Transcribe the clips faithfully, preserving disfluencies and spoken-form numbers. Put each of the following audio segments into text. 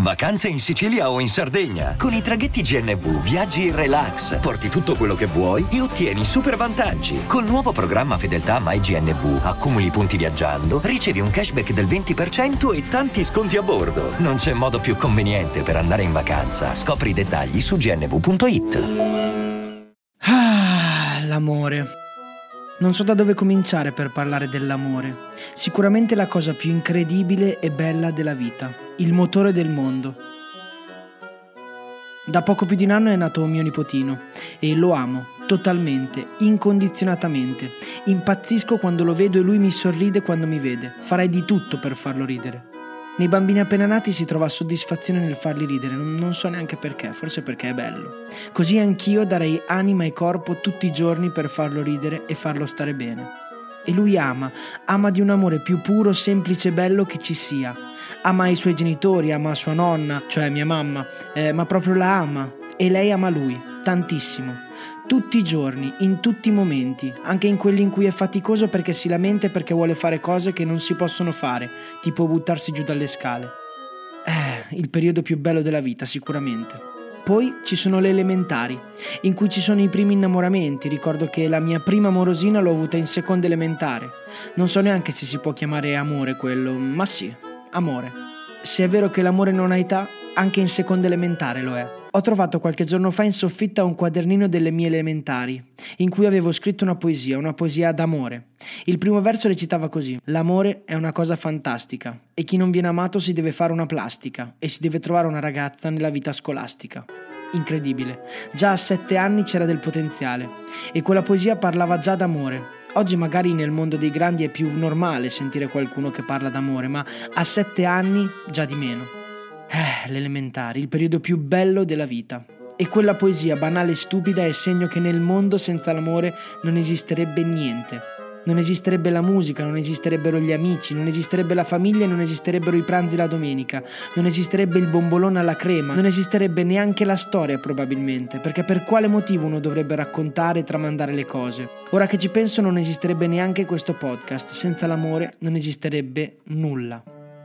Vacanze in Sicilia o in Sardegna. Con i traghetti G N V viaggi in relax, porti tutto quello che vuoi e ottieni super vantaggi. Col nuovo programma Fedeltà MyGNV accumuli punti viaggiando, ricevi un cashback del venti per cento e tanti sconti a bordo. Non c'è modo più conveniente per andare in vacanza. Scopri i dettagli su g n v punto i t. Ah, l'amore. Non so da dove cominciare per parlare dell'amore. Sicuramente la cosa più incredibile e bella della vita, il motore del mondo. Da poco più di un anno è nato mio nipotino e lo amo totalmente, incondizionatamente. Impazzisco quando lo vedo e lui mi sorride quando mi vede. Farei di tutto per farlo ridere. Nei bambini appena nati si trova soddisfazione nel farli ridere, non so neanche perché, forse perché è bello. Così anch'io darei anima e corpo tutti i giorni per farlo ridere e farlo stare bene. E lui ama, ama di un amore più puro, semplice e bello che ci sia. Ama i suoi genitori, ama sua nonna, cioè mia mamma, eh, ma proprio la ama. E lei ama lui, tantissimo. Tutti i giorni, in tutti i momenti, anche in quelli in cui è faticoso perché si lamenta e perché vuole fare cose che non si possono fare, tipo buttarsi giù dalle scale. Eh, il periodo più bello della vita, sicuramente. Poi ci sono le elementari, in cui ci sono i primi innamoramenti. Ricordo che la mia prima amorosina l'ho avuta in seconda elementare. Non so neanche se si può chiamare amore quello, ma sì, amore. Se è vero che l'amore non ha età, anche in seconda elementare lo è. Ho trovato qualche giorno fa in soffitta un quadernino delle mie elementari, in cui avevo scritto una poesia, una poesia d'amore. Il primo verso recitava così: l'amore è una cosa fantastica e chi non viene amato si deve fare una plastica e si deve trovare una ragazza nella vita scolastica. Incredibile. Già a sette anni c'era del potenziale e quella poesia parlava già d'amore. Oggi magari nel mondo dei grandi è più normale sentire qualcuno che parla d'amore, ma a sette anni già di meno. Eh, l'elementare, il periodo più bello della vita. E quella poesia banale e stupida è segno che nel mondo senza l'amore non esisterebbe niente. Non esisterebbe la musica, non esisterebbero gli amici, non esisterebbe la famiglia e non esisterebbero i pranzi la domenica, non esisterebbe il bombolone alla crema, non esisterebbe neanche la storia probabilmente, perché per quale motivo uno dovrebbe raccontare e tramandare le cose? Ora che ci penso non esisterebbe neanche questo podcast, senza l'amore non esisterebbe nulla.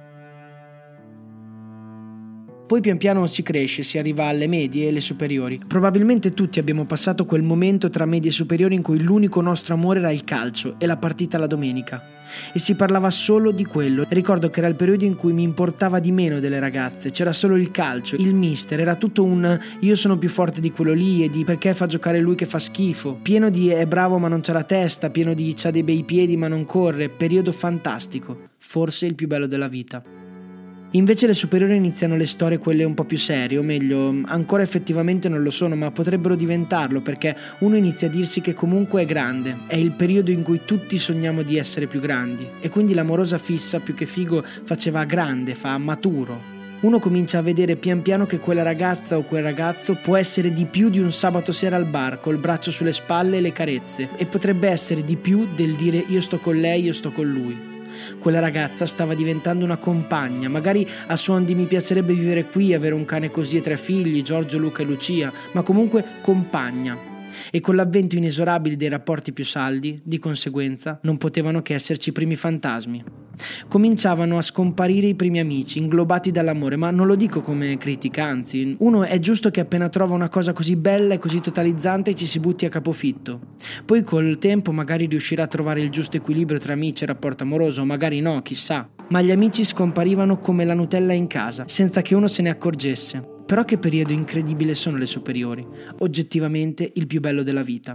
Poi pian piano si cresce, si arriva alle medie e alle superiori. Probabilmente tutti abbiamo passato quel momento tra medie e superiori in cui l'unico nostro amore era il calcio e la partita la domenica. E si parlava solo di quello. Ricordo che era il periodo in cui mi importava di meno delle ragazze. C'era solo il calcio, il mister, era tutto un io sono più forte di quello lì e di perché fa giocare lui che fa schifo. Pieno di è bravo ma non c'ha la testa, pieno di c'ha dei bei piedi ma non corre. Periodo fantastico, forse il più bello della vita. Invece le superiori iniziano le storie quelle un po' più serie, o meglio, ancora effettivamente non lo sono, ma potrebbero diventarlo, perché uno inizia a dirsi che comunque è grande, è il periodo in cui tutti sogniamo di essere più grandi, e quindi l'amorosa fissa più che figo faceva grande, fa maturo. Uno comincia a vedere pian piano che quella ragazza o quel ragazzo può essere di più di un sabato sera al bar, col braccio sulle spalle e le carezze, e potrebbe essere di più del dire io sto con lei, io sto con lui. Quella ragazza stava diventando una compagna, magari a suon di mi piacerebbe vivere qui, avere un cane così e tre figli, Giorgio, Luca e Lucia, ma comunque compagna. E con l'avvento inesorabile dei rapporti più saldi, di conseguenza, non potevano che esserci i primi fantasmi. Cominciavano a scomparire i primi amici, inglobati dall'amore, ma non lo dico come critica, anzi, uno è giusto che appena trova una cosa così bella e così totalizzante ci si butti a capofitto. Poi col tempo magari riuscirà a trovare il giusto equilibrio tra amici e rapporto amoroso, magari no, chissà. Ma gli amici scomparivano come la Nutella in casa, senza che uno se ne accorgesse. Però che periodo incredibile sono le superiori, oggettivamente il più bello della vita.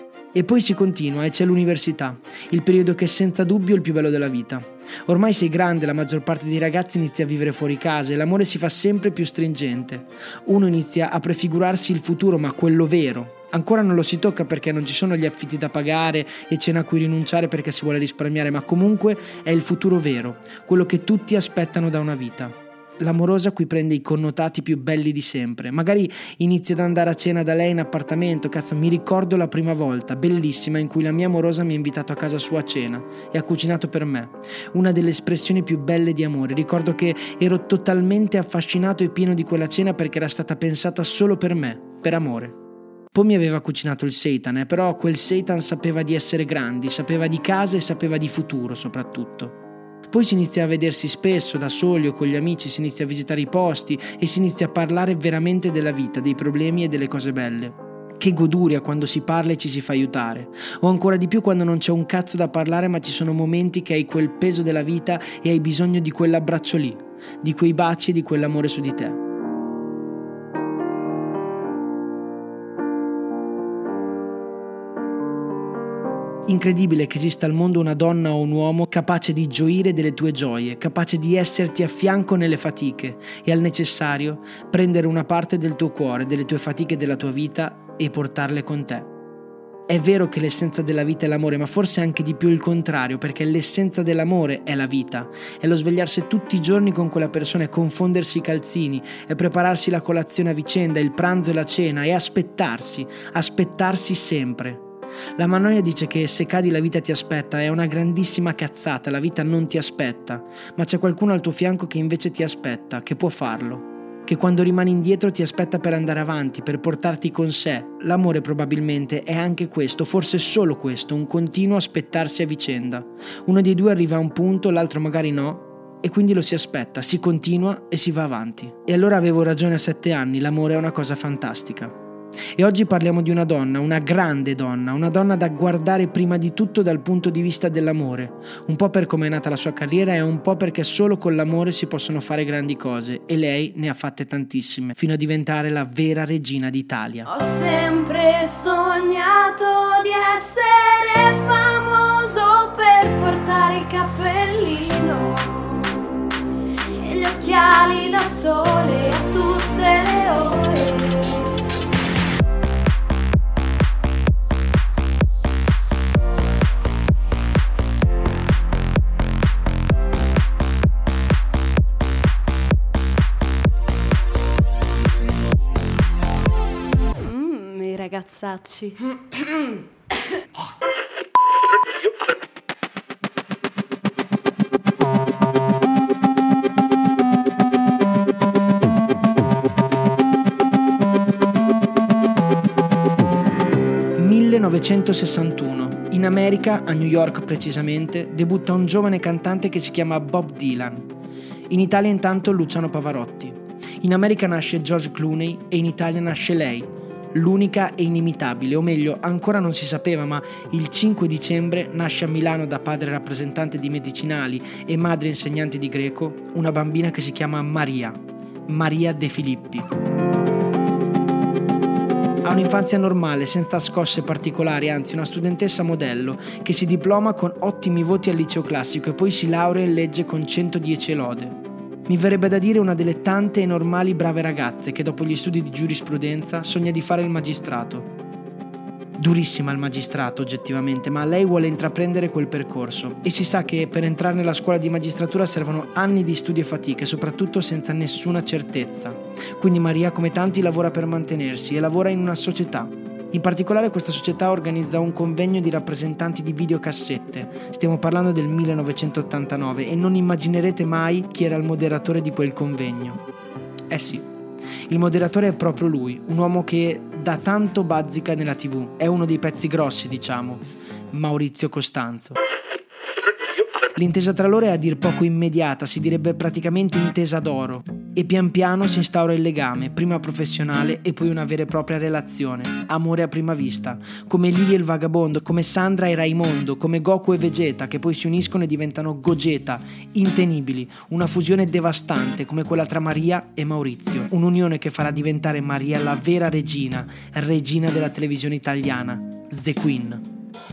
E poi si continua e c'è l'università, il periodo che è senza dubbio il più bello della vita. Ormai sei grande, la maggior parte dei ragazzi inizia a vivere fuori casa e l'amore si fa sempre più stringente. Uno inizia a prefigurarsi il futuro, ma quello vero. Ancora non lo si tocca perché non ci sono gli affitti da pagare e cene a cui rinunciare perché si vuole risparmiare, ma comunque è il futuro vero, quello che tutti aspettano da una vita. L'amorosa qui prende i connotati più belli di sempre. Magari inizia ad andare a cena da lei in appartamento. Cazzo, mi ricordo la prima volta, bellissima, in cui la mia amorosa mi ha invitato a casa sua a cena e ha cucinato per me. Una delle espressioni più belle di amore. Ricordo che ero totalmente affascinato e pieno di quella cena perché era stata pensata solo per me, per amore. Poi mi aveva cucinato il seitan, eh, però quel seitan sapeva di essere grandi, sapeva di casa e sapeva di futuro soprattutto. Poi si inizia a vedersi spesso, da soli o con gli amici, si inizia a visitare i posti e si inizia a parlare veramente della vita, dei problemi e delle cose belle. Che goduria quando si parla e ci si fa aiutare. O ancora di più quando non c'è un cazzo da parlare, ma ci sono momenti che hai quel peso della vita e hai bisogno di quell'abbraccio lì, di quei baci e di quell'amore su di te. Incredibile che esista al mondo una donna o un uomo capace di gioire delle tue gioie, capace di esserti a fianco nelle fatiche e al necessario prendere una parte del tuo cuore, delle tue fatiche e della tua vita e portarle con te. È vero che l'essenza della vita è l'amore, ma forse anche di più il contrario, perché l'essenza dell'amore è la vita, è lo svegliarsi tutti i giorni con quella persona e confondersi i calzini, è prepararsi la colazione a vicenda, il pranzo e la cena, e aspettarsi, aspettarsi sempre. La Mannoia dice che se cadi la vita ti aspetta, è una grandissima cazzata, la vita non ti aspetta, ma c'è qualcuno al tuo fianco che invece ti aspetta, che può farlo, che quando rimani indietro ti aspetta per andare avanti, per portarti con sé. L'amore probabilmente è anche questo, forse solo questo, un continuo aspettarsi a vicenda. Uno dei due arriva a un punto, l'altro magari no, e quindi lo si aspetta, si continua e si va avanti. E allora avevo ragione a sette anni, l'amore è una cosa fantastica. E oggi parliamo di una donna, una grande donna, una donna da guardare prima di tutto dal punto di vista dell'amore, un po' per come è nata la sua carriera e un po' perché solo con l'amore si possono fare grandi cose, e lei ne ha fatte tantissime, fino a diventare la vera regina d'Italia. Ho sempre sognato di essere famoso per portare il cappellino e gli occhiali da sole a tutte le ore. Ragazzacci. millenovecentosessantuno. In America, a New York precisamente, debutta un giovane cantante che si chiama Bob Dylan. In Italia intanto Luciano Pavarotti. In America nasce George Clooney e in Italia nasce lei, l'unica e inimitabile, o meglio, ancora non si sapeva, ma il cinque dicembre nasce a Milano da padre rappresentante di medicinali e madre insegnante di greco una bambina che si chiama Maria, Maria De Filippi. Ha un'infanzia normale, senza scosse particolari, anzi una studentessa modello che si diploma con ottimi voti al liceo classico e poi si laurea in legge con centodieci lode. Mi verrebbe da dire una delle tante e normali brave ragazze che dopo gli studi di giurisprudenza sogna di fare il magistrato. Durissima il magistrato oggettivamente, ma lei vuole intraprendere quel percorso e si sa che per entrare nella scuola di magistratura servono anni di studio e fatiche, soprattutto senza nessuna certezza. Quindi Maria, come tanti, lavora per mantenersi e lavora in una società. In particolare questa società organizza un convegno di rappresentanti di videocassette. Stiamo parlando del millenovecentottantanove e non immaginerete mai chi era il moderatore di quel convegno. Eh sì, il moderatore è proprio lui, un uomo che da tanto bazzica nella tivù. È uno dei pezzi grossi, diciamo, Maurizio Costanzo. L'intesa tra loro è a dir poco immediata, si direbbe praticamente intesa d'oro, e pian piano si instaura il legame, prima professionale e poi una vera e propria relazione, amore a prima vista, come Lily e il vagabondo, come Sandra e Raimondo, come Goku e Vegeta, che poi si uniscono e diventano Gogeta, intenibili, una fusione devastante come quella tra Maria e Maurizio, un'unione che farà diventare Maria la vera regina, regina della televisione italiana, The Queen.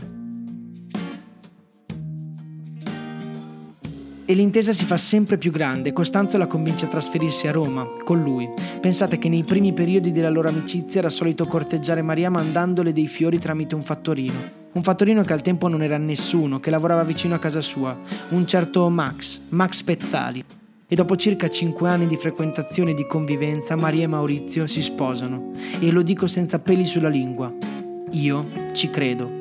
E l'intesa si fa sempre più grande. Costanzo la convince a trasferirsi a Roma, con lui. Pensate che nei primi periodi della loro amicizia era solito corteggiare Maria mandandole dei fiori tramite un fattorino. Un fattorino che al tempo non era nessuno, che lavorava vicino a casa sua, un certo Max, Max Pezzali. E dopo circa cinque anni di frequentazione e di convivenza, Maria e Maurizio si sposano. E lo dico senza peli sulla lingua. Io ci credo.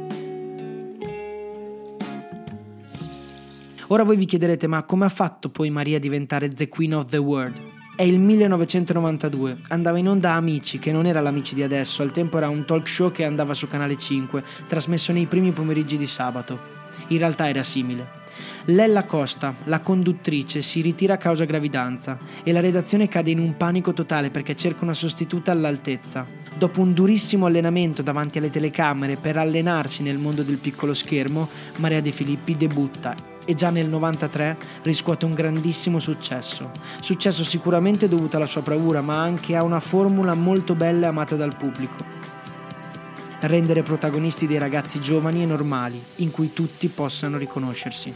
Ora voi vi chiederete, ma come ha fatto poi Maria a diventare The Queen of the World? È il millenovecentonovantadue, andava in onda Amici, che non era l'Amici di adesso, al tempo era un talk show che andava su Canale cinque, trasmesso nei primi pomeriggi di sabato. In realtà era simile. Lella Costa, la conduttrice, si ritira a causa gravidanza e la redazione cade in un panico totale perché cerca una sostituta all'altezza. Dopo un durissimo allenamento davanti alle telecamere per allenarsi nel mondo del piccolo schermo, Maria De Filippi debutta e già nel novantatré riscuote un grandissimo successo. Successo sicuramente dovuto alla sua bravura, ma anche a una formula molto bella e amata dal pubblico: rendere protagonisti dei ragazzi giovani e normali, in cui tutti possano riconoscersi.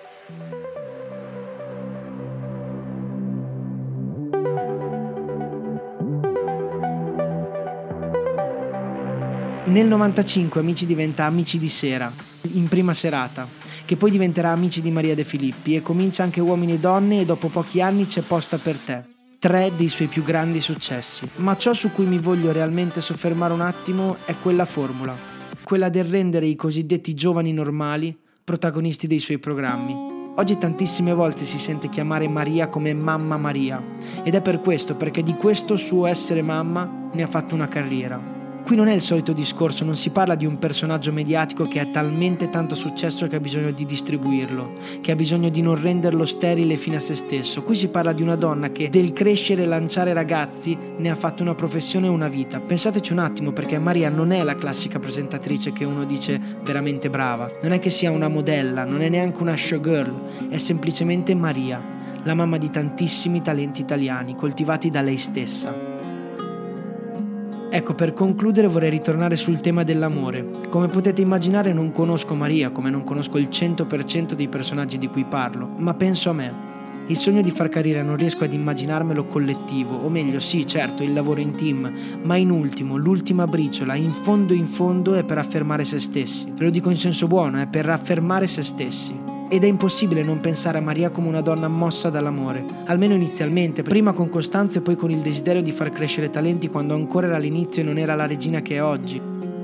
Nel novantacinque Amici diventa Amici di Sera, in prima serata, che poi diventerà Amici di Maria De Filippi e comincia anche Uomini e Donne e dopo pochi anni C'è posta per te. Tre dei suoi più grandi successi. Ma ciò su cui mi voglio realmente soffermare un attimo è quella formula, quella del rendere i cosiddetti giovani normali protagonisti dei suoi programmi. Oggi tantissime volte si sente chiamare Maria come Mamma Maria ed è per questo, perché di questo suo essere mamma ne ha fatto una carriera. Qui non è il solito discorso, non si parla di un personaggio mediatico che ha talmente tanto successo che ha bisogno di distribuirlo, che ha bisogno di non renderlo sterile fine a se stesso. Qui si parla di una donna che del crescere e lanciare ragazzi ne ha fatto una professione e una vita. Pensateci un attimo, perché Maria non è la classica presentatrice che uno dice veramente brava, non è che sia una modella, non è neanche una showgirl, è semplicemente Maria, la mamma di tantissimi talenti italiani coltivati da lei stessa. Ecco, per concludere vorrei ritornare sul tema dell'amore. Come potete immaginare non conosco Maria, come non conosco il cento per cento dei personaggi di cui parlo, ma penso a me. Il sogno di far carriera non riesco ad immaginarmelo collettivo, o meglio sì, certo, il lavoro in team, ma in ultimo, l'ultima briciola, in fondo in fondo è per affermare se stessi. Ve lo dico in senso buono, è per affermare se stessi. Ed è impossibile non pensare a Maria come una donna mossa dall'amore, almeno inizialmente, prima con costanza e poi con il desiderio di far crescere talenti quando ancora era all'inizio e non era la regina che è oggi.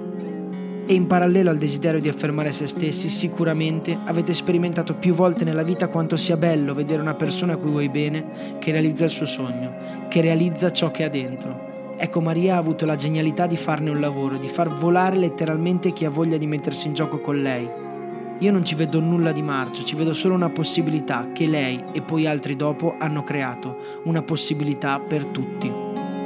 E in parallelo al desiderio di affermare se stessi, sicuramente avete sperimentato più volte nella vita quanto sia bello vedere una persona a cui vuoi bene che realizza il suo sogno, che realizza ciò che ha dentro. Ecco, Maria ha avuto la genialità di farne un lavoro, di far volare letteralmente chi ha voglia di mettersi in gioco con lei. Io non ci vedo nulla di marcio, ci vedo solo una possibilità che lei e poi altri dopo hanno creato, una possibilità per tutti.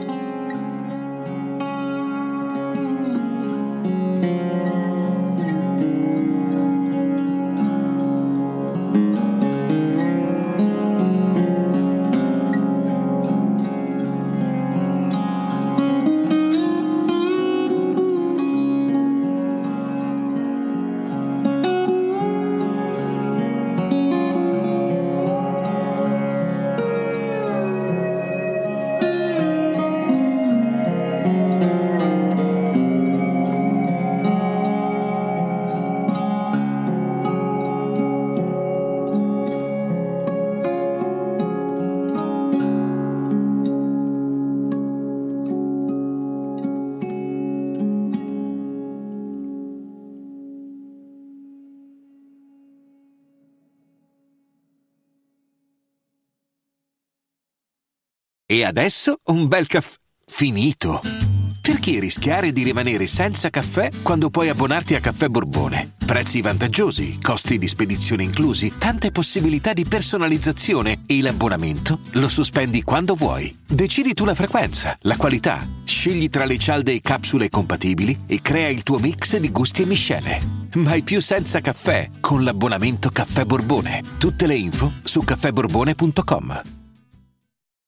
E adesso un bel caffè finito. Perché rischiare di rimanere senza caffè quando puoi abbonarti a Caffè Borbone? Prezzi vantaggiosi, costi di spedizione inclusi, tante possibilità di personalizzazione e l'abbonamento lo sospendi quando vuoi. Decidi tu la frequenza, la qualità, scegli tra le cialde e capsule compatibili e crea il tuo mix di gusti e miscele. Mai più senza caffè con l'abbonamento Caffè Borbone. Tutte le info su caffè borbone punto com.